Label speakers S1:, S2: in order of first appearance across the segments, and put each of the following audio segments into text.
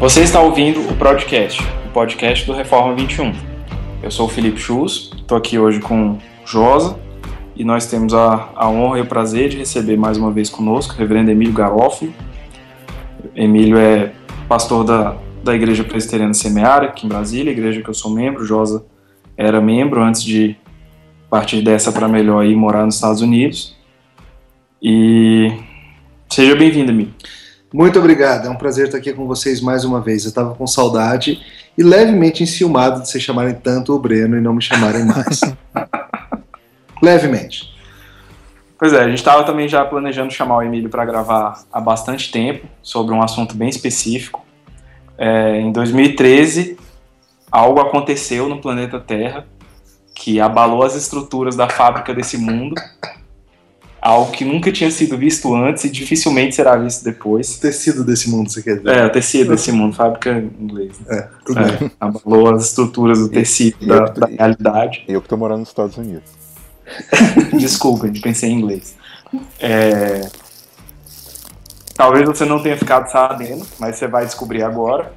S1: Você está ouvindo o Podcast, o podcast do Reforma 21. Eu sou o Felipe Schulz, estou aqui hoje com o Josa e nós temos a honra e o prazer de receber mais uma vez conosco o reverendo Emílio Garofalo. Emílio é pastor da Igreja Presbiteriana Semeara, aqui em Brasília, igreja que eu sou membro. Josa era membro antes de partir dessa para melhor e morar nos Estados Unidos. E seja bem-vindo, Emílio.
S2: Muito obrigado, é um prazer estar aqui com vocês mais uma vez. Eu estava com saudade e levemente enciumado de vocês chamarem tanto o Breno e não me chamarem mais. Levemente.
S1: Pois é, a gente estava também já planejando chamar o Emílio para gravar há bastante tempo sobre um assunto bem específico. Em 2013, algo aconteceu no planeta Terra que abalou as estruturas da fábrica desse mundo. Algo que nunca tinha sido visto antes e dificilmente será visto depois.
S2: O tecido desse mundo, você quer dizer?
S1: O tecido desse mundo, fábrica em inglês.
S2: Tudo bem.
S1: Abalou as estruturas do tecido da realidade.
S3: Eu que estou morando nos Estados Unidos.
S1: Desculpa, eu pensei em inglês. Talvez você não tenha ficado sabendo, mas você vai descobrir agora.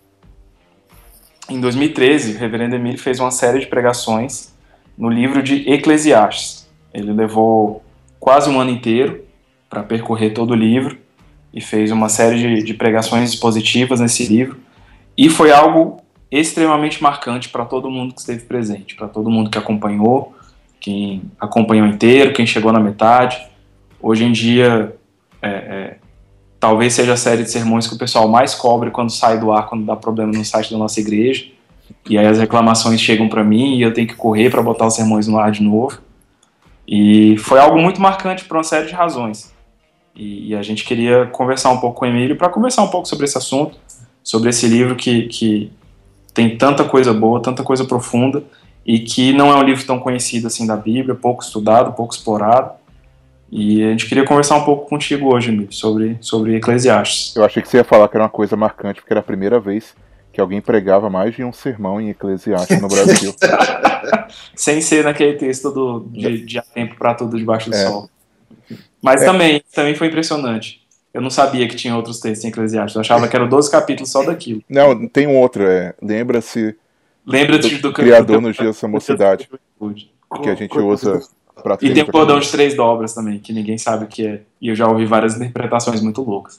S1: Em 2013, o reverendo Emílio fez uma série de pregações no livro de Eclesiastes. Ele levou quase um ano inteiro para percorrer todo o livro e fez uma série de pregações expositivas nesse livro, e foi algo extremamente marcante para todo mundo que esteve presente, para todo mundo que acompanhou, quem acompanhou inteiro, quem chegou na metade. Hoje em dia, talvez seja a série de sermões que o pessoal mais cobre quando sai do ar, quando dá problema no site da nossa igreja, e aí as reclamações chegam para mim e eu tenho que correr para botar os sermões no ar de novo. E foi algo muito marcante por uma série de razões. E a gente queria conversar um pouco com o Emílio para conversar um pouco sobre esse assunto, sobre esse livro que tem tanta coisa boa, tanta coisa profunda, e que não é um livro tão conhecido assim da Bíblia, pouco estudado, pouco explorado. E a gente queria conversar um pouco contigo hoje, Emílio, sobre Eclesiastes.
S3: Eu achei que você ia falar que era uma coisa marcante, porque era a primeira vez que alguém pregava mais de um sermão em Eclesiastes no Brasil.
S1: Sem ser naquele texto de há tempo para tudo debaixo do sol. Mas também foi impressionante. Eu não sabia que tinha outros textos em Eclesiastes. Eu achava que eram 12 capítulos só daquilo.
S3: Não, tem um outro. Lembra-te do Criador nos dias da sua mocidade. Que a gente usa para tudo.
S1: E tem o cordão de 3 dobras também, que ninguém sabe o que é. E eu já ouvi várias interpretações muito loucas.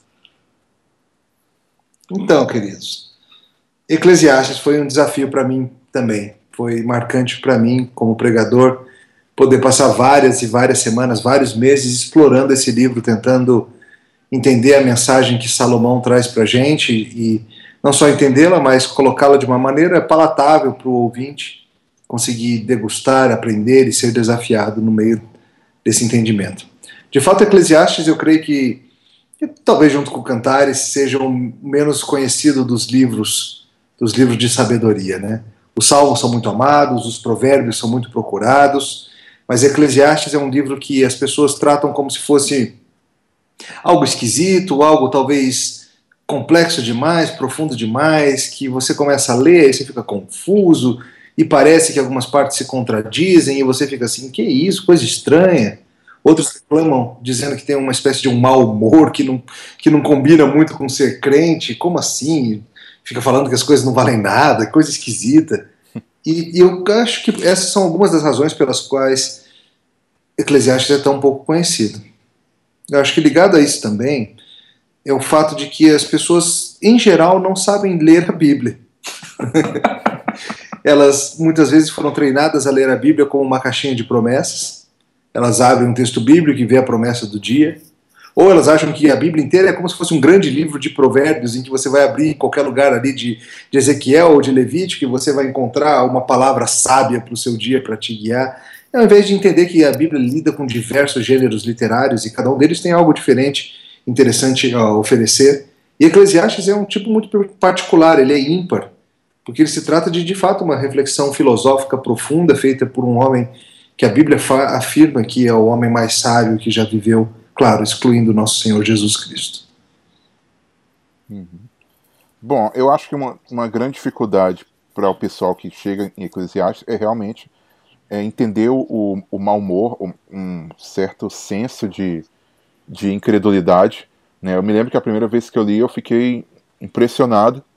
S2: Então, queridos, Eclesiastes foi um desafio para mim também. Foi marcante para mim, como pregador, poder passar várias e várias semanas, vários meses explorando esse livro, tentando entender a mensagem que Salomão traz para a gente, e não só entendê-la, mas colocá-la de uma maneira palatável para o ouvinte conseguir degustar, aprender e ser desafiado no meio desse entendimento. De fato, Eclesiastes, eu creio que talvez junto com Cantares, seja o menos conhecido dos livros de sabedoria, né? Os salmos são muito amados, os provérbios são muito procurados, mas Eclesiastes é um livro que as pessoas tratam como se fosse algo esquisito, algo talvez complexo demais, profundo demais, que você começa a ler e você fica confuso, e parece que algumas partes se contradizem, e você fica assim, que isso, coisa estranha. Outros reclamam, dizendo que tem uma espécie de um mau humor, que não combina muito com ser crente. Como assim? Fica falando que as coisas não valem nada, coisa esquisita. E eu acho que essas são algumas das razões pelas quais Eclesiastes é tão pouco conhecido. Eu acho que ligado a isso também é o fato de que as pessoas, em geral, não sabem ler a Bíblia. Elas muitas vezes foram treinadas a ler a Bíblia como uma caixinha de promessas. Elas abrem um texto bíblico e vê a promessa do dia. Ou elas acham que a Bíblia inteira é como se fosse um grande livro de provérbios em que você vai abrir em qualquer lugar ali de Ezequiel ou de Levítico e você vai encontrar uma palavra sábia para o seu dia, para te guiar. Ao invés de entender que a Bíblia lida com diversos gêneros literários e cada um deles tem algo diferente, interessante a oferecer. E Eclesiastes é um tipo muito particular, ele é ímpar, porque ele se trata de fato, uma reflexão filosófica profunda feita por um homem que a Bíblia afirma que é o homem mais sábio que já viveu, claro, excluindo o nosso Senhor Jesus Cristo.
S3: Bom, eu acho que uma grande dificuldade para o pessoal que chega em Eclesiastes é realmente entender o mau humor, um certo senso de incredulidade, né? Eu me lembro que a primeira vez que eu li eu fiquei impressionado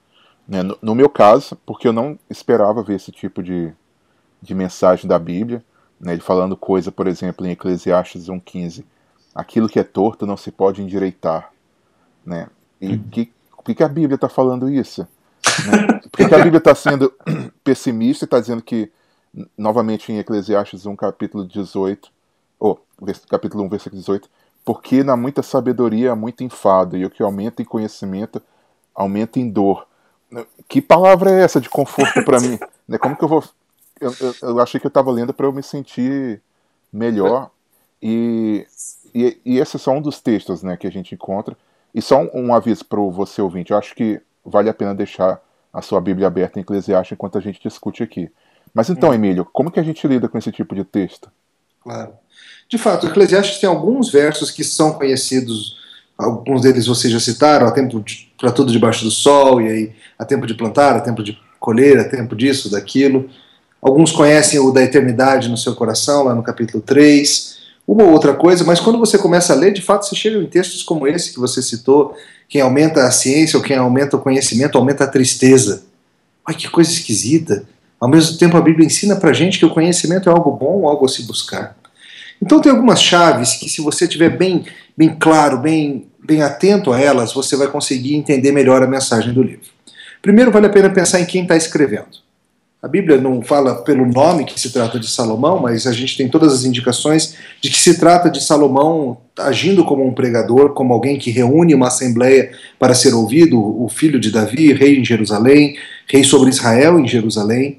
S3: né? No meu caso, porque eu não esperava ver esse tipo de mensagem da Bíblia, né? Ele falando coisa, por exemplo, em Eclesiastes 1,15, aquilo que é torto não se pode endireitar, né? E por que a Bíblia está falando isso? Né? Por que a Bíblia está sendo pessimista e está dizendo que, novamente em Eclesiastes 1, capítulo 18, capítulo 1, versículo 18, porque na muita sabedoria há muito enfado, e o que aumenta em conhecimento aumenta em dor. Que palavra é essa de conforto para mim? Né? Como que eu vou... Eu achei que eu estava lendo para eu me sentir melhor, e esse é só um dos textos, né, que a gente encontra. E só um aviso para você ouvinte, eu acho que vale a pena deixar a sua Bíblia aberta em Eclesiastes enquanto a gente discute aqui. Mas então, Emílio, como que a gente lida com esse tipo de texto?
S2: Claro. De fato, o Eclesiastes tem alguns versos que são conhecidos, alguns deles vocês já citaram, há tempo para tudo debaixo do sol, e aí há tempo de plantar, há tempo de colher, há tempo disso, daquilo. Alguns conhecem o da eternidade no seu coração, lá no capítulo 3, uma ou outra coisa, mas quando você começa a ler, de fato você chega em textos como esse que você citou, quem aumenta a ciência ou quem aumenta o conhecimento aumenta a tristeza. Ai, que coisa esquisita. Ao mesmo tempo a Bíblia ensina pra gente que o conhecimento é algo bom, algo a se buscar. Então tem algumas chaves que, se você estiver bem claro, bem atento a elas, você vai conseguir entender melhor a mensagem do livro. Primeiro, vale a pena pensar em quem está escrevendo. A Bíblia não fala pelo nome que se trata de Salomão, mas a gente tem todas as indicações de que se trata de Salomão agindo como um pregador, como alguém que reúne uma assembleia para ser ouvido, o filho de Davi, rei em Jerusalém, rei sobre Israel em Jerusalém,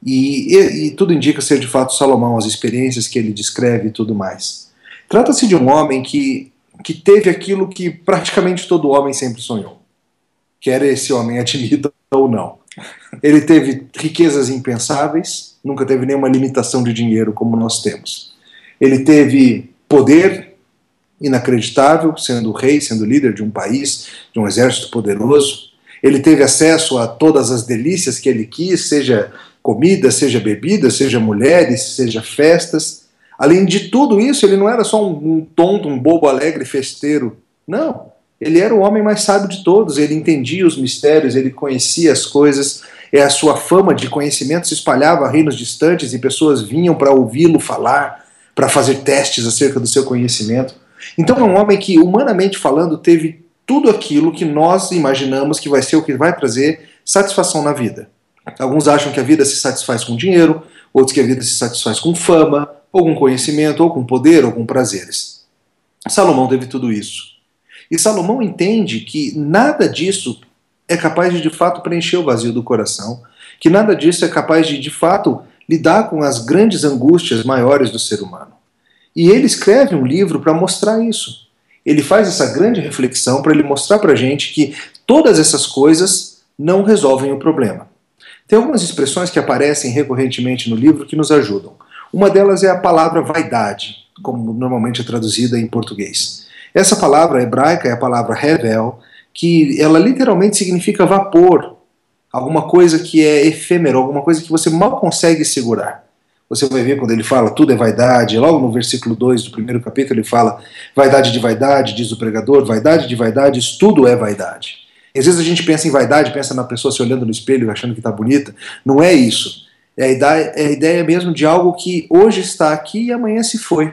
S2: e tudo indica ser de fato Salomão, as experiências que ele descreve e tudo mais. Trata-se de um homem que teve aquilo que praticamente todo homem sempre sonhou, quer esse homem admita ou não. Ele teve riquezas impensáveis, nunca teve nenhuma limitação de dinheiro como nós temos. Ele teve poder inacreditável, sendo rei, sendo líder de um país, de um exército poderoso. Ele teve acesso a todas as delícias que ele quis, seja comida, seja bebida, seja mulheres, seja festas. Além de tudo isso, ele não era só um tonto, um bobo alegre, festeiro. Não. Ele era o homem mais sábio de todos, ele entendia os mistérios, ele conhecia as coisas, e a sua fama de conhecimento se espalhava a reinos distantes e pessoas vinham para ouvi-lo falar, para fazer testes acerca do seu conhecimento. Então é um homem que, humanamente falando, teve tudo aquilo que nós imaginamos que vai ser o que vai trazer satisfação na vida. Alguns acham que a vida se satisfaz com dinheiro, outros que a vida se satisfaz com fama, ou com conhecimento, ou com poder, ou com prazeres. Salomão teve tudo isso. E Salomão entende que nada disso é capaz de fato preencher o vazio do coração, que nada disso é capaz de fato lidar com as grandes angústias maiores do ser humano. E ele escreve um livro para mostrar isso. Ele faz essa grande reflexão para ele mostrar para a gente que todas essas coisas não resolvem o problema. Tem algumas expressões que aparecem recorrentemente no livro que nos ajudam. Uma delas é a palavra vaidade, como normalmente é traduzida em português. Essa palavra hebraica é a palavra hevel, que ela literalmente significa vapor, alguma coisa que é efêmero, alguma coisa que você mal consegue segurar. Você vai ver quando ele fala tudo é vaidade, logo no versículo 2 do primeiro capítulo ele fala vaidade de vaidade, diz o pregador, vaidade de vaidades, tudo é vaidade. E às vezes a gente pensa em vaidade, pensa na pessoa se olhando no espelho achando que está bonita. Não é isso. É a ideia mesmo de algo que hoje está aqui e amanhã se foi.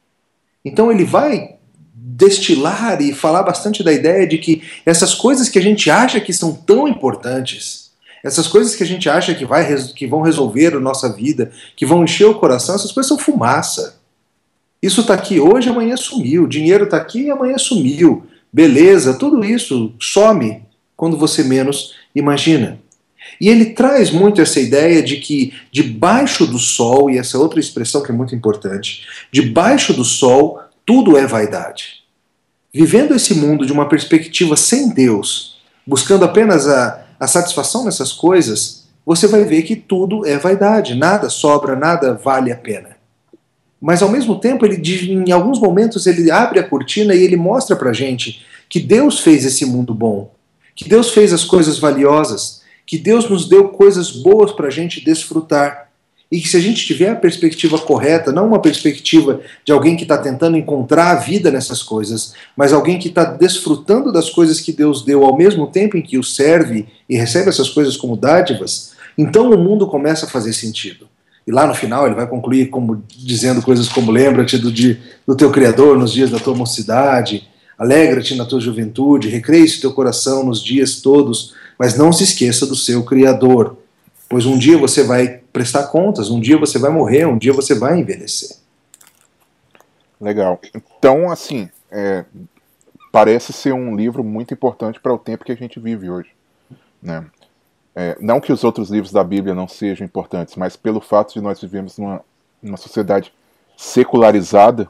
S2: Então ele vai destilar e falar bastante da ideia de que essas coisas que a gente acha que são tão importantes, essas coisas que a gente acha que vão resolver a nossa vida, que vão encher o coração, essas coisas são fumaça. Isso está aqui hoje, amanhã sumiu. O dinheiro está aqui e amanhã sumiu. Beleza, tudo isso some quando você menos imagina. E ele traz muito essa ideia de que debaixo do sol, e essa outra expressão que é muito importante, debaixo do sol tudo é vaidade. Vivendo esse mundo de uma perspectiva sem Deus, buscando apenas a satisfação nessas coisas, você vai ver que tudo é vaidade, nada sobra, nada vale a pena. Mas ao mesmo tempo, em alguns momentos, ele abre a cortina e ele mostra pra gente que Deus fez esse mundo bom, que Deus fez as coisas valiosas, que Deus nos deu coisas boas pra gente desfrutar. E que se a gente tiver a perspectiva correta, não uma perspectiva de alguém que está tentando encontrar a vida nessas coisas, mas alguém que está desfrutando das coisas que Deus deu ao mesmo tempo em que o serve e recebe essas coisas como dádivas, então o mundo começa a fazer sentido. E lá no final ele vai concluir dizendo coisas como: lembra-te do teu Criador nos dias da tua mocidade, alegra-te na tua juventude, recreie-se teu coração nos dias todos, mas não se esqueça do seu Criador, pois um dia você vai prestar contas, um dia você vai morrer, um dia você vai envelhecer.
S3: Legal. Então, assim, parece ser um livro muito importante para o tempo que a gente vive hoje, né? Não que os outros livros da Bíblia não sejam importantes, mas pelo fato de nós vivemos numa sociedade secularizada,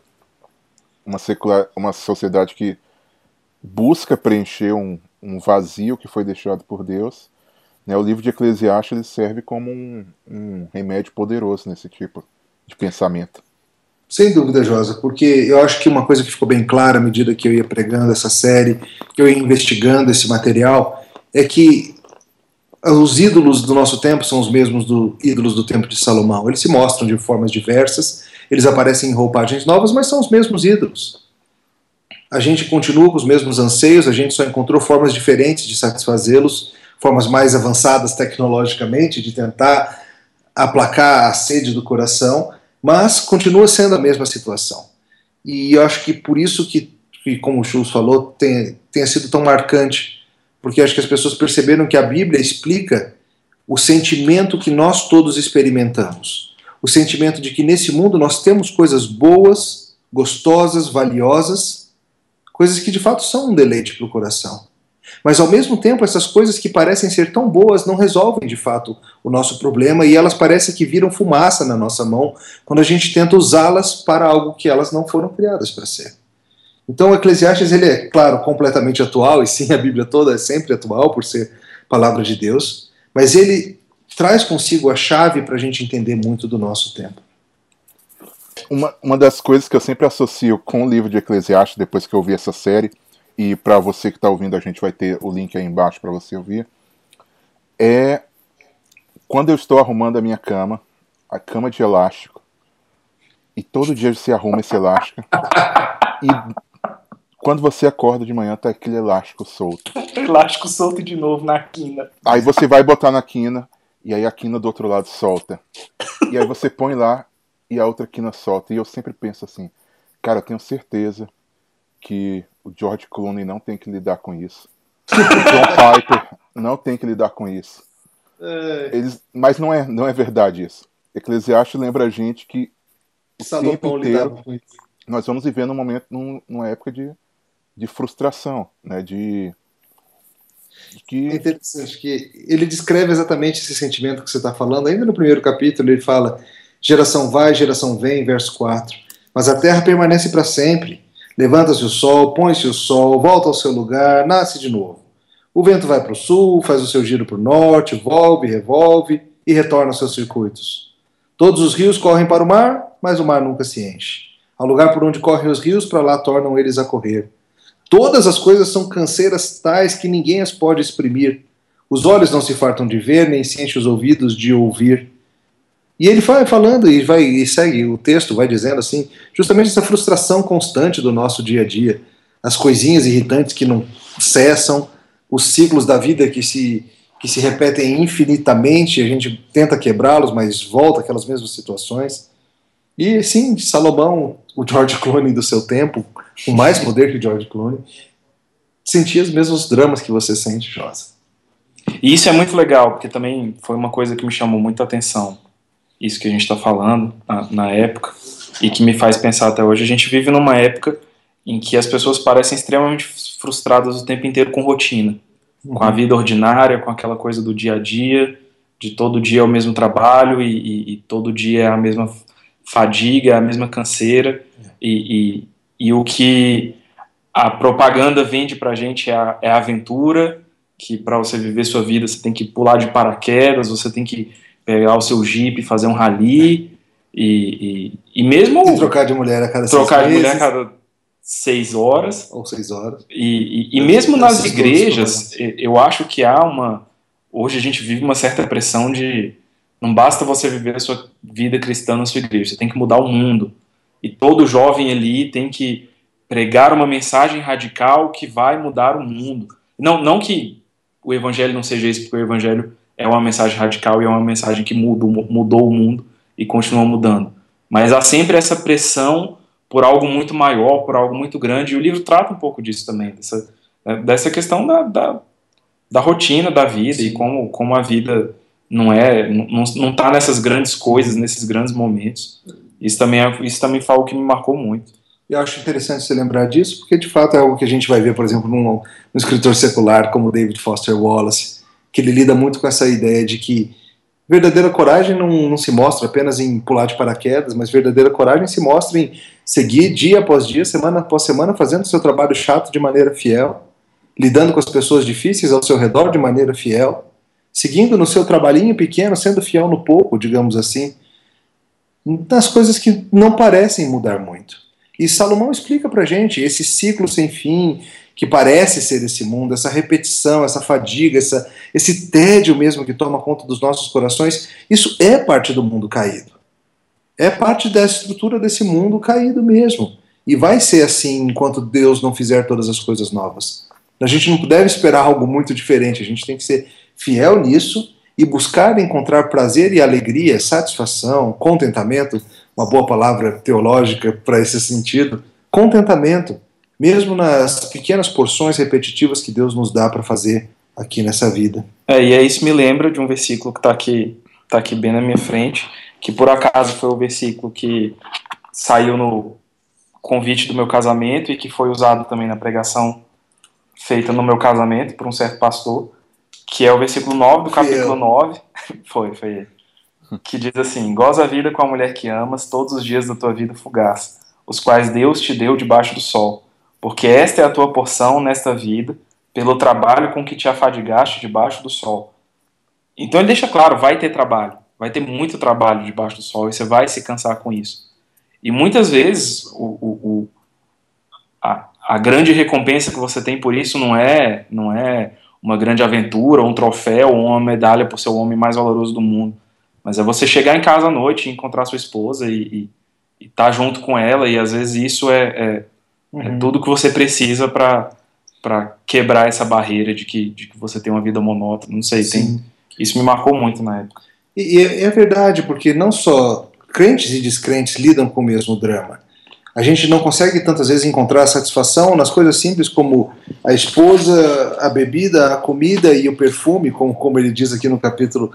S3: uma sociedade que busca preencher um vazio que foi deixado por Deus, né? O livro de Eclesiastes ele serve como um remédio poderoso nesse tipo de pensamento.
S2: Sem dúvida, Josa, porque eu acho que uma coisa que ficou bem clara à medida que eu ia pregando essa série, que eu ia investigando esse material, é que os ídolos do nosso tempo são os mesmos ídolos do tempo de Salomão. Eles se mostram de formas diversas, eles aparecem em roupagens novas, mas são os mesmos ídolos. A gente continua com os mesmos anseios, a gente só encontrou formas diferentes de satisfazê-los, formas mais avançadas tecnologicamente, de tentar aplacar a sede do coração, mas continua sendo a mesma situação. E eu acho que por isso que como o Schultz falou, tenha sido tão marcante, porque acho que as pessoas perceberam que a Bíblia explica o sentimento que nós todos experimentamos. O sentimento de que nesse mundo nós temos coisas boas, gostosas, valiosas, coisas que de fato são um deleite para o coração. Mas ao mesmo tempo essas coisas que parecem ser tão boas não resolvem de fato o nosso problema e elas parecem que viram fumaça na nossa mão quando a gente tenta usá-las para algo que elas não foram criadas para ser. Então o Eclesiastes ele é, claro, completamente atual, e sim, a Bíblia toda é sempre atual por ser palavra de Deus, mas ele traz consigo a chave para a gente entender muito do nosso tempo.
S3: Uma das coisas que eu sempre associo com o livro de Eclesiastes, depois que eu vi essa série, e para você que está ouvindo, a gente vai ter o link aí embaixo para você ouvir, é quando eu estou arrumando a minha cama, a cama de elástico, e todo dia você arruma esse elástico, e quando você acorda de manhã, tá aquele elástico solto.
S1: Elástico solto de novo na quina.
S3: Aí você vai botar na quina, e aí a quina do outro lado solta. E aí você põe lá, e a outra quina solta. E eu sempre penso assim, cara, eu tenho certeza que o George Clooney não tem que lidar com isso. O John Piper não tem que lidar com isso. Mas não é verdade isso. Eclesiastes lembra a gente que o tempo inteiro nós vamos viver num momento, numa época de frustração, né?
S2: É interessante que ele descreve exatamente esse sentimento que você está falando. Ainda no primeiro capítulo ele fala: geração vai, geração vem, verso 4. Mas a terra permanece para sempre. Levanta-se o sol, põe-se o sol, volta ao seu lugar, nasce de novo. O vento vai para o sul, faz o seu giro para o norte, volve, revolve e retorna aos seus circuitos. Todos os rios correm para o mar, mas o mar nunca se enche. Ao lugar por onde correm os rios, para lá tornam eles a correr. Todas as coisas são canseiras tais que ninguém as pode exprimir. Os olhos não se fartam de ver, nem se enchem os ouvidos de ouvir. E ele vai falando e segue o texto, vai dizendo assim, justamente essa frustração constante do nosso dia a dia, as coisinhas irritantes que não cessam, os ciclos da vida que se repetem infinitamente, a gente tenta quebrá-los, mas volta aquelas mesmas situações. E sim, Salomão, o George Clooney do seu tempo, com mais poder que o George Clooney, sentia os mesmos dramas que você sente, Josa.
S1: E isso é muito legal, porque também foi uma coisa que me chamou muita atenção, isso que a gente está falando na época, e que me faz pensar até hoje. A gente vive numa época em que as pessoas parecem extremamente frustradas o tempo inteiro com rotina, com a vida ordinária, com aquela coisa do dia a dia, de todo dia é o mesmo trabalho e todo dia é a mesma fadiga, é a mesma canseira, e o que a propaganda vende pra gente é a aventura, que para você viver sua vida você tem que pular de paraquedas, você tem que pegar o seu Jeep e fazer um rally, e mesmo...
S2: E trocar de mulher a cada 6 meses.
S1: Trocar de mulher a cada 6 horas.
S2: Ou 6 horas.
S1: E mesmo nas igrejas, eu acho que há uma... Hoje a gente vive uma certa pressão de Não basta você viver a sua vida cristã na sua igreja, você tem que mudar o mundo. E todo jovem ali tem que pregar uma mensagem radical que vai mudar o mundo. Não que o evangelho não seja isso, porque o evangelho é uma mensagem radical e é uma mensagem que mudou o mundo e continua mudando. Mas há sempre essa pressão por algo muito maior, por algo muito grande, e o livro trata um pouco disso também, dessa questão da rotina da vida. Sim. E como a vida não tá nessas grandes coisas, nesses grandes momentos. Isso também foi algo que me marcou muito.
S2: Eu acho interessante você lembrar disso, porque de fato é algo que a gente vai ver, por exemplo, num escritor secular como David Foster Wallace, que ele lida muito com essa ideia de que verdadeira coragem não se mostra apenas em pular de paraquedas, mas verdadeira coragem se mostra em seguir dia após dia, semana após semana, fazendo o seu trabalho chato de maneira fiel, lidando com as pessoas difíceis ao seu redor de maneira fiel, seguindo no seu trabalhinho pequeno, sendo fiel no pouco, digamos assim, nas coisas que não parecem mudar muito. E Salomão explica pra gente esse ciclo sem fim que parece ser esse mundo, essa repetição, essa fadiga, esse tédio mesmo que toma conta dos nossos corações. Isso é parte do mundo caído. É parte da estrutura desse mundo caído mesmo. E vai ser assim enquanto Deus não fizer todas as coisas novas. A gente não deve esperar algo muito diferente. A gente tem que ser fiel nisso e buscar encontrar prazer e alegria, satisfação, contentamento, uma boa palavra teológica para esse sentido, contentamento, mesmo nas pequenas porções repetitivas que Deus nos dá para fazer aqui nessa vida.
S1: E isso me lembra de um versículo que está aqui bem na minha frente, que por acaso foi o versículo que saiu no convite do meu casamento e que foi usado também na pregação feita no meu casamento por um certo pastor, que é o versículo 9 do capítulo 9, foi ele, que diz assim: goza a vida com a mulher que amas todos os dias da tua vida fugaz, os quais Deus te deu debaixo do sol, porque esta é a tua porção nesta vida, pelo trabalho com que te afadigaste debaixo do sol. Então ele deixa claro, vai ter trabalho, vai ter muito trabalho debaixo do sol, e você vai se cansar com isso. E muitas vezes a grande recompensa que você tem por isso não é uma grande aventura, um troféu, ou uma medalha por ser o homem mais valoroso do mundo. Mas é você chegar em casa à noite e encontrar sua esposa e estar junto com ela, e às vezes isso é tudo que você precisa para quebrar essa barreira de que você tem uma vida monótona. Não sei, isso me marcou muito na época.
S2: E é verdade, porque não só crentes e descrentes lidam com o mesmo drama. A gente não consegue tantas vezes encontrar satisfação nas coisas simples como a esposa, a bebida, a comida e o perfume, como ele diz aqui no capítulo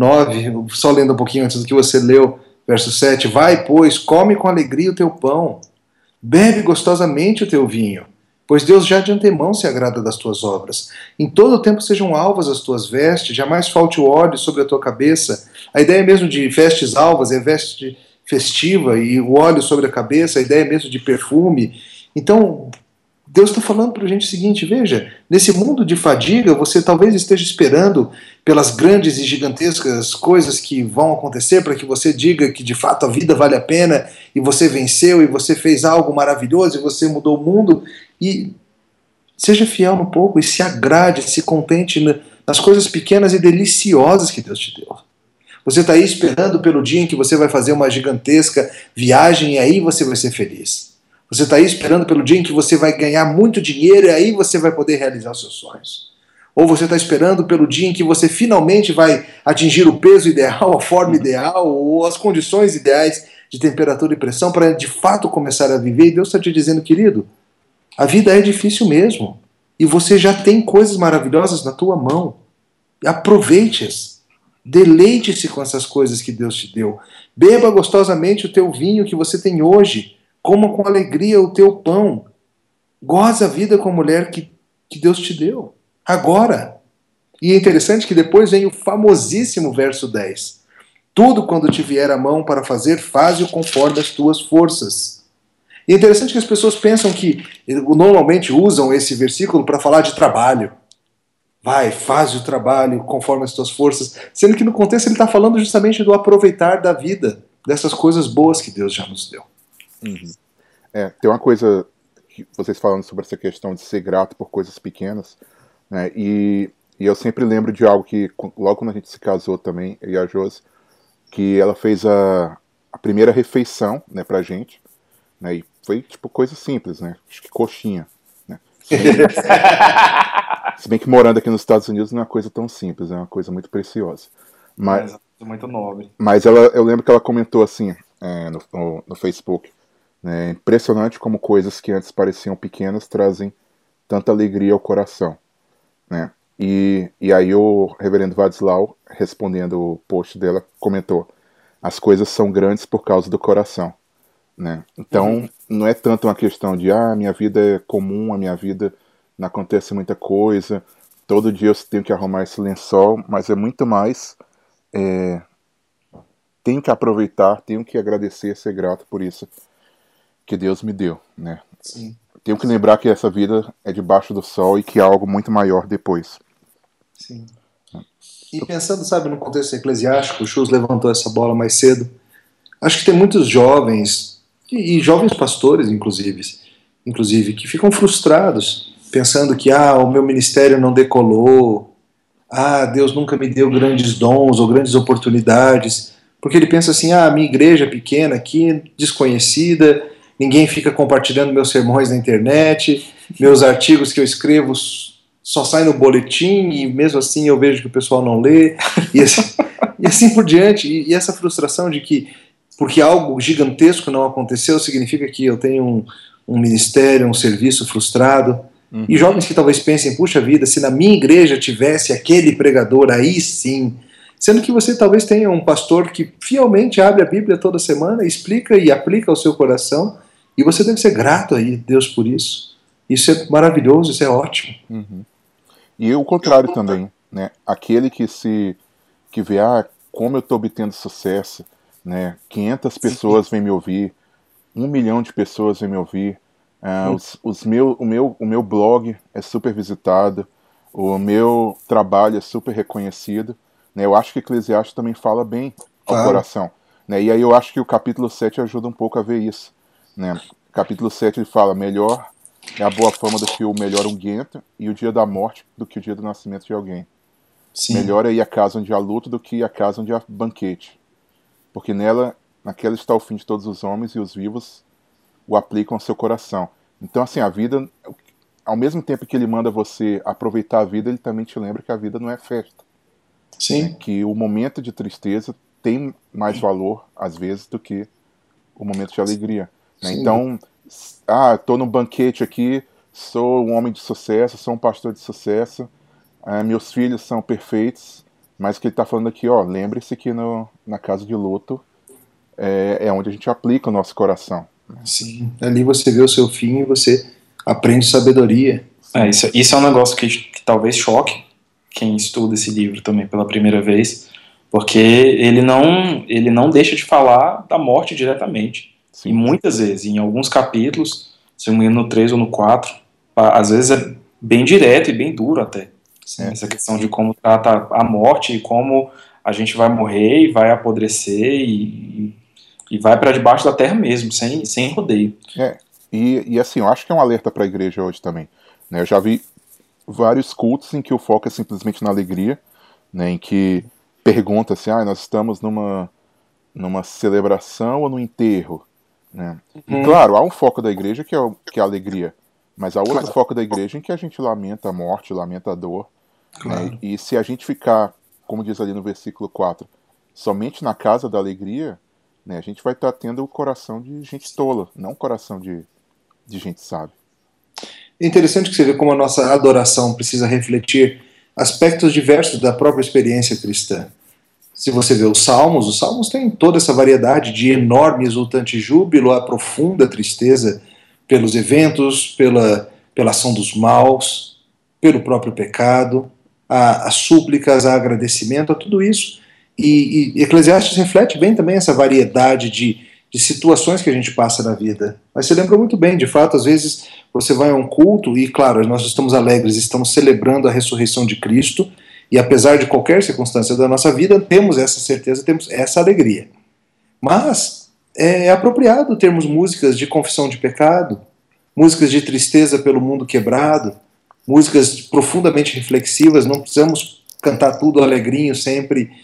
S2: 9, só lendo um pouquinho antes do que você leu, verso 7, vai, pois, come com alegria o teu pão, bebe gostosamente o teu vinho, pois Deus já de antemão se agrada das tuas obras. Em todo o tempo sejam alvas as tuas vestes, jamais falte o óleo sobre a tua cabeça. A ideia mesmo de vestes alvas é veste festiva, e o óleo sobre a cabeça, a ideia mesmo de perfume. Então, Deus está falando para a gente o seguinte: veja, nesse mundo de fadiga, você talvez esteja esperando pelas grandes e gigantescas coisas que vão acontecer para que você diga que de fato a vida vale a pena, e você venceu, e você fez algo maravilhoso, e você mudou o mundo. E seja fiel no pouco, e se agrade, se contente nas coisas pequenas e deliciosas que Deus te deu. Você está aí esperando pelo dia em que você vai fazer uma gigantesca viagem e aí você vai ser feliz. Você está aí esperando pelo dia em que você vai ganhar muito dinheiro e aí você vai poder realizar os seus sonhos. Ou você está esperando pelo dia em que você finalmente vai atingir o peso ideal, a forma ideal ou as condições ideais de temperatura e pressão para de fato começar a viver. E Deus está te dizendo, querido, a vida é difícil mesmo. E você já tem coisas maravilhosas na tua mão. Aproveite-as. Deleite-se com essas coisas que Deus te deu. Beba gostosamente o teu vinho que você tem hoje. Coma com alegria o teu pão. Goza a vida com a mulher que Deus te deu. Agora. E é interessante que depois vem o famosíssimo verso 10. Tudo quando te vier a mão para fazer, faze-o conforme as tuas forças. E é interessante que as pessoas pensam que normalmente usam esse versículo para falar de trabalho. Vai, faz o trabalho conforme as tuas forças, sendo que no contexto ele está falando justamente do aproveitar da vida, dessas coisas boas que Deus já nos deu.
S3: Uhum. Tem uma coisa que vocês falando sobre essa questão de ser grato por coisas pequenas, né, e eu sempre lembro de algo que logo quando a gente se casou também, eu e a Josi, que ela fez a primeira refeição, né, pra gente, né, e foi tipo coisa simples, né, acho que coxinha, né, se bem que morando aqui nos Estados Unidos não é uma coisa tão simples, é uma coisa muito preciosa. Mas,
S1: É muito nobre.
S3: mas eu lembro que ela comentou assim, no Facebook, né, impressionante como coisas que antes pareciam pequenas trazem tanta alegria ao coração, né? E aí o reverendo Vadislau, respondendo o post dela, comentou: as coisas são grandes por causa do coração, né? Então, não é tanto uma questão de minha vida é comum, a minha vida não acontece muita coisa, todo dia eu tenho que arrumar esse lençol, mas é muito mais, tenho que aproveitar, tenho que agradecer, ser grato por isso que Deus me deu, né?
S2: Sim.
S3: Tenho que lembrar que essa vida é debaixo do sol e que há algo muito maior depois.
S2: Sim. E pensando, sabe, no contexto eclesiástico, o Chus levantou essa bola mais cedo. Acho que tem muitos jovens, e jovens pastores, inclusive, que ficam frustrados, pensando que o meu ministério não decolou, Deus nunca me deu grandes dons ou grandes oportunidades, porque ele pensa assim, a minha igreja é pequena aqui, desconhecida, ninguém fica compartilhando meus sermões na internet, meus artigos que eu escrevo só saem no boletim e mesmo assim eu vejo que o pessoal não lê, e assim por diante, e essa frustração de que porque algo gigantesco não aconteceu significa que eu tenho um ministério, um serviço frustrado. E jovens que talvez pensem, puxa vida, se na minha igreja tivesse aquele pregador, aí sim. Sendo que você talvez tenha um pastor que fielmente abre a Bíblia toda semana, explica e aplica ao seu coração, e você deve ser grato a Deus por isso. Isso é maravilhoso, isso é ótimo.
S3: E o contrário também, né? Aquele que vê, como eu estou obtendo sucesso, né? 500 pessoas vêm me ouvir, 1 milhão de pessoas vêm me ouvir, o meu blog é super visitado, o meu trabalho é super reconhecido, né? Eu acho que Eclesiastes também fala bem ao coração, né? E aí eu acho que o capítulo 7 ajuda um pouco a ver isso, né? Capítulo 7 ele fala, melhor é a boa fama do que o melhor unguento, e o dia da morte do que o dia do nascimento de alguém.
S2: Sim.
S3: Melhor é ir à casa onde há luto do que a casa onde há banquete, porque naquela está o fim de todos os homens, e os vivos o aplicam ao seu coração. Então, assim, a vida, ao mesmo tempo que ele manda você aproveitar a vida, ele também te lembra que a vida não é festa.
S2: Sim.
S3: Né? Que o momento de tristeza tem mais valor, às vezes, do que o momento de alegria. Né? Então, estou num banquete aqui, sou um homem de sucesso, sou um pastor de sucesso, meus filhos são perfeitos, mas o que ele está falando aqui, lembre-se que na casa de luto é onde a gente aplica o nosso coração.
S2: Sim, ali você vê o seu fim e você aprende sabedoria.
S1: Isso é um negócio que talvez choque quem estuda esse livro também pela primeira vez, porque ele não deixa de falar da morte diretamente. Sim. E muitas vezes, em alguns capítulos, se não me engano no 3 ou no 4, às vezes é bem direto e bem duro até. Essa questão de como trata a morte e como a gente vai morrer e vai apodrecer e vai para debaixo da terra mesmo, sem rodeio.
S3: E assim, eu acho que é um alerta para a igreja hoje também. Né? Eu já vi vários cultos em que o foco é simplesmente na alegria, né? Em que pergunta-se, nós estamos numa celebração ou no enterro? Né? E claro, há um foco da igreja que é a alegria, mas há outro foco da igreja em que a gente lamenta a morte, lamenta a dor.
S2: Claro.
S3: Né? E se a gente ficar, como diz ali no versículo 4, somente na casa da alegria, né, a gente vai estar tendo o coração de gente tola, não o coração de gente sábia.
S2: É interessante que você vê como a nossa adoração precisa refletir aspectos diversos da própria experiência cristã. Se você vê os Salmos têm toda essa variedade de enorme exultante júbilo, a profunda tristeza pelos eventos, pela ação dos maus, pelo próprio pecado, as súplicas, a agradecimento, a tudo isso. E Eclesiastes reflete bem também essa variedade de situações que a gente passa na vida. Mas você lembra muito bem, de fato, às vezes você vai a um culto e, claro, nós estamos alegres, estamos celebrando a ressurreição de Cristo, e apesar de qualquer circunstância da nossa vida, temos essa certeza, temos essa alegria. Mas é apropriado termos músicas de confissão de pecado, músicas de tristeza pelo mundo quebrado, músicas profundamente reflexivas, não precisamos cantar tudo alegrinho sempre,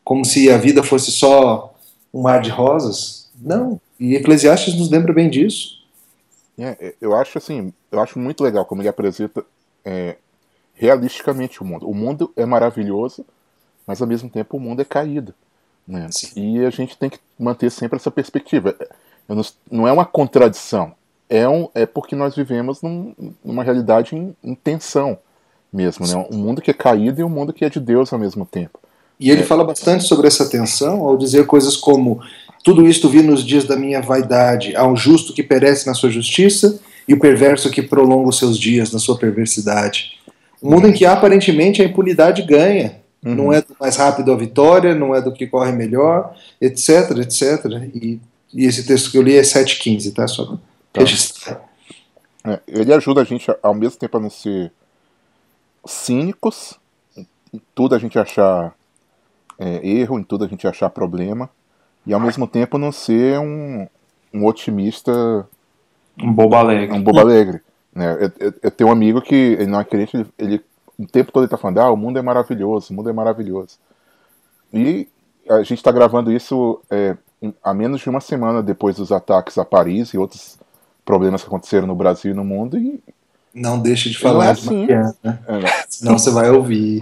S2: como se a vida fosse só um mar de rosas. Não, e Eclesiastes nos lembra bem disso.
S3: Eu acho assim, eu acho muito legal como ele apresenta realisticamente o mundo. O mundo é maravilhoso, mas ao mesmo tempo o mundo é caído, né?
S2: Sim.
S3: E a gente tem que manter sempre essa perspectiva. Não é uma contradição, é porque nós vivemos numa realidade em tensão mesmo, né? Um mundo que é caído e um mundo que é de Deus ao mesmo tempo.
S2: E ele fala bastante sobre essa tensão ao dizer coisas como: tudo isto vi nos dias da minha vaidade, há um justo que perece na sua justiça e o perverso que prolonga os seus dias na sua perversidade. Um mundo em que aparentemente a impunidade ganha. Não é do mais rápido a vitória, não é do que corre melhor, etc, etc. E esse texto que eu li é 7,15, tá? Só para registrar.
S3: Ele ajuda a gente, ao mesmo tempo, a não ser cínicos, em tudo a gente achar erro, em tudo a gente achar problema, e ao mesmo tempo não ser um otimista,
S1: Um bobo
S3: alegre. Né? Eu tenho um amigo que ele não é crente, ele o tempo todo ele está falando, o mundo é maravilhoso, o mundo é maravilhoso. E a gente está gravando isso há menos de uma semana depois dos ataques a Paris e outros problemas que aconteceram no Brasil e no mundo, e
S2: não deixe de falar de
S3: assim.
S2: Mariana, senão você vai ouvir.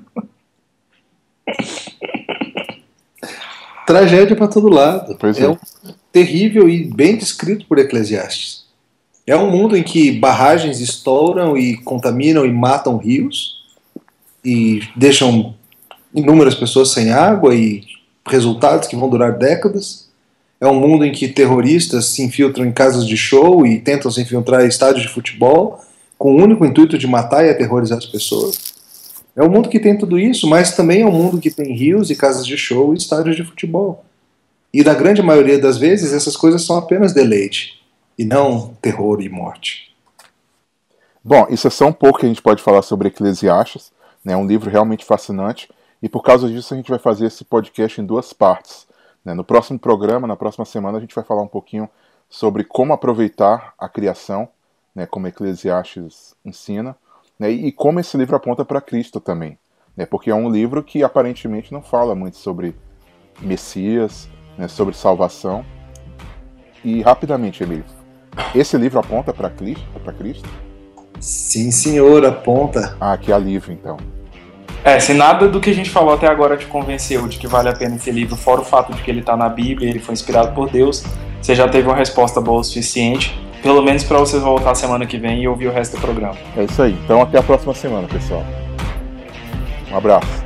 S2: Tragédia para todo lado. É terrível e bem descrito por Eclesiastes. É um mundo em que barragens estouram e contaminam e matam rios e deixam inúmeras pessoas sem água e resultados que vão durar décadas. É um mundo em que terroristas se infiltram em casas de show e tentam se infiltrar em estádios de futebol com o único intuito de matar e aterrorizar as pessoas. É um mundo que tem tudo isso, mas também é um mundo que tem rios e casas de show e estádios de futebol. E na grande maioria das vezes essas coisas são apenas deleite e não terror e morte.
S3: Bom, isso é só um pouco que a gente pode falar sobre Eclesiastes, né? É um livro realmente fascinante, e por causa disso a gente vai fazer esse podcast em duas partes. Né? No próximo programa, na próxima semana, a gente vai falar um pouquinho sobre como aproveitar a criação, né? Como Eclesiastes ensina, né? E como esse livro aponta para Cristo também, né? Porque é um livro que aparentemente não fala muito sobre Messias, né? Sobre salvação. E rapidamente, Emílio, esse livro aponta para Cristo?
S2: Sim, senhor, aponta.
S3: Que alívio, então.
S1: Se nada do que a gente falou até agora te convenceu de que vale a pena esse livro, fora o fato de que ele está na Bíblia, ele foi inspirado por Deus, você já teve uma resposta boa o suficiente, pelo menos para você voltar semana que vem e ouvir o resto do programa.
S3: É isso aí. Então até a próxima semana, pessoal. Um abraço.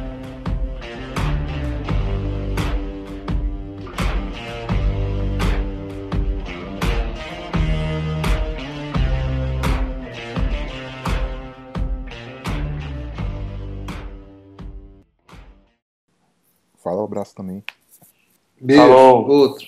S3: Fala o abraço também.
S2: Beijo.
S1: Falou.
S2: Outro.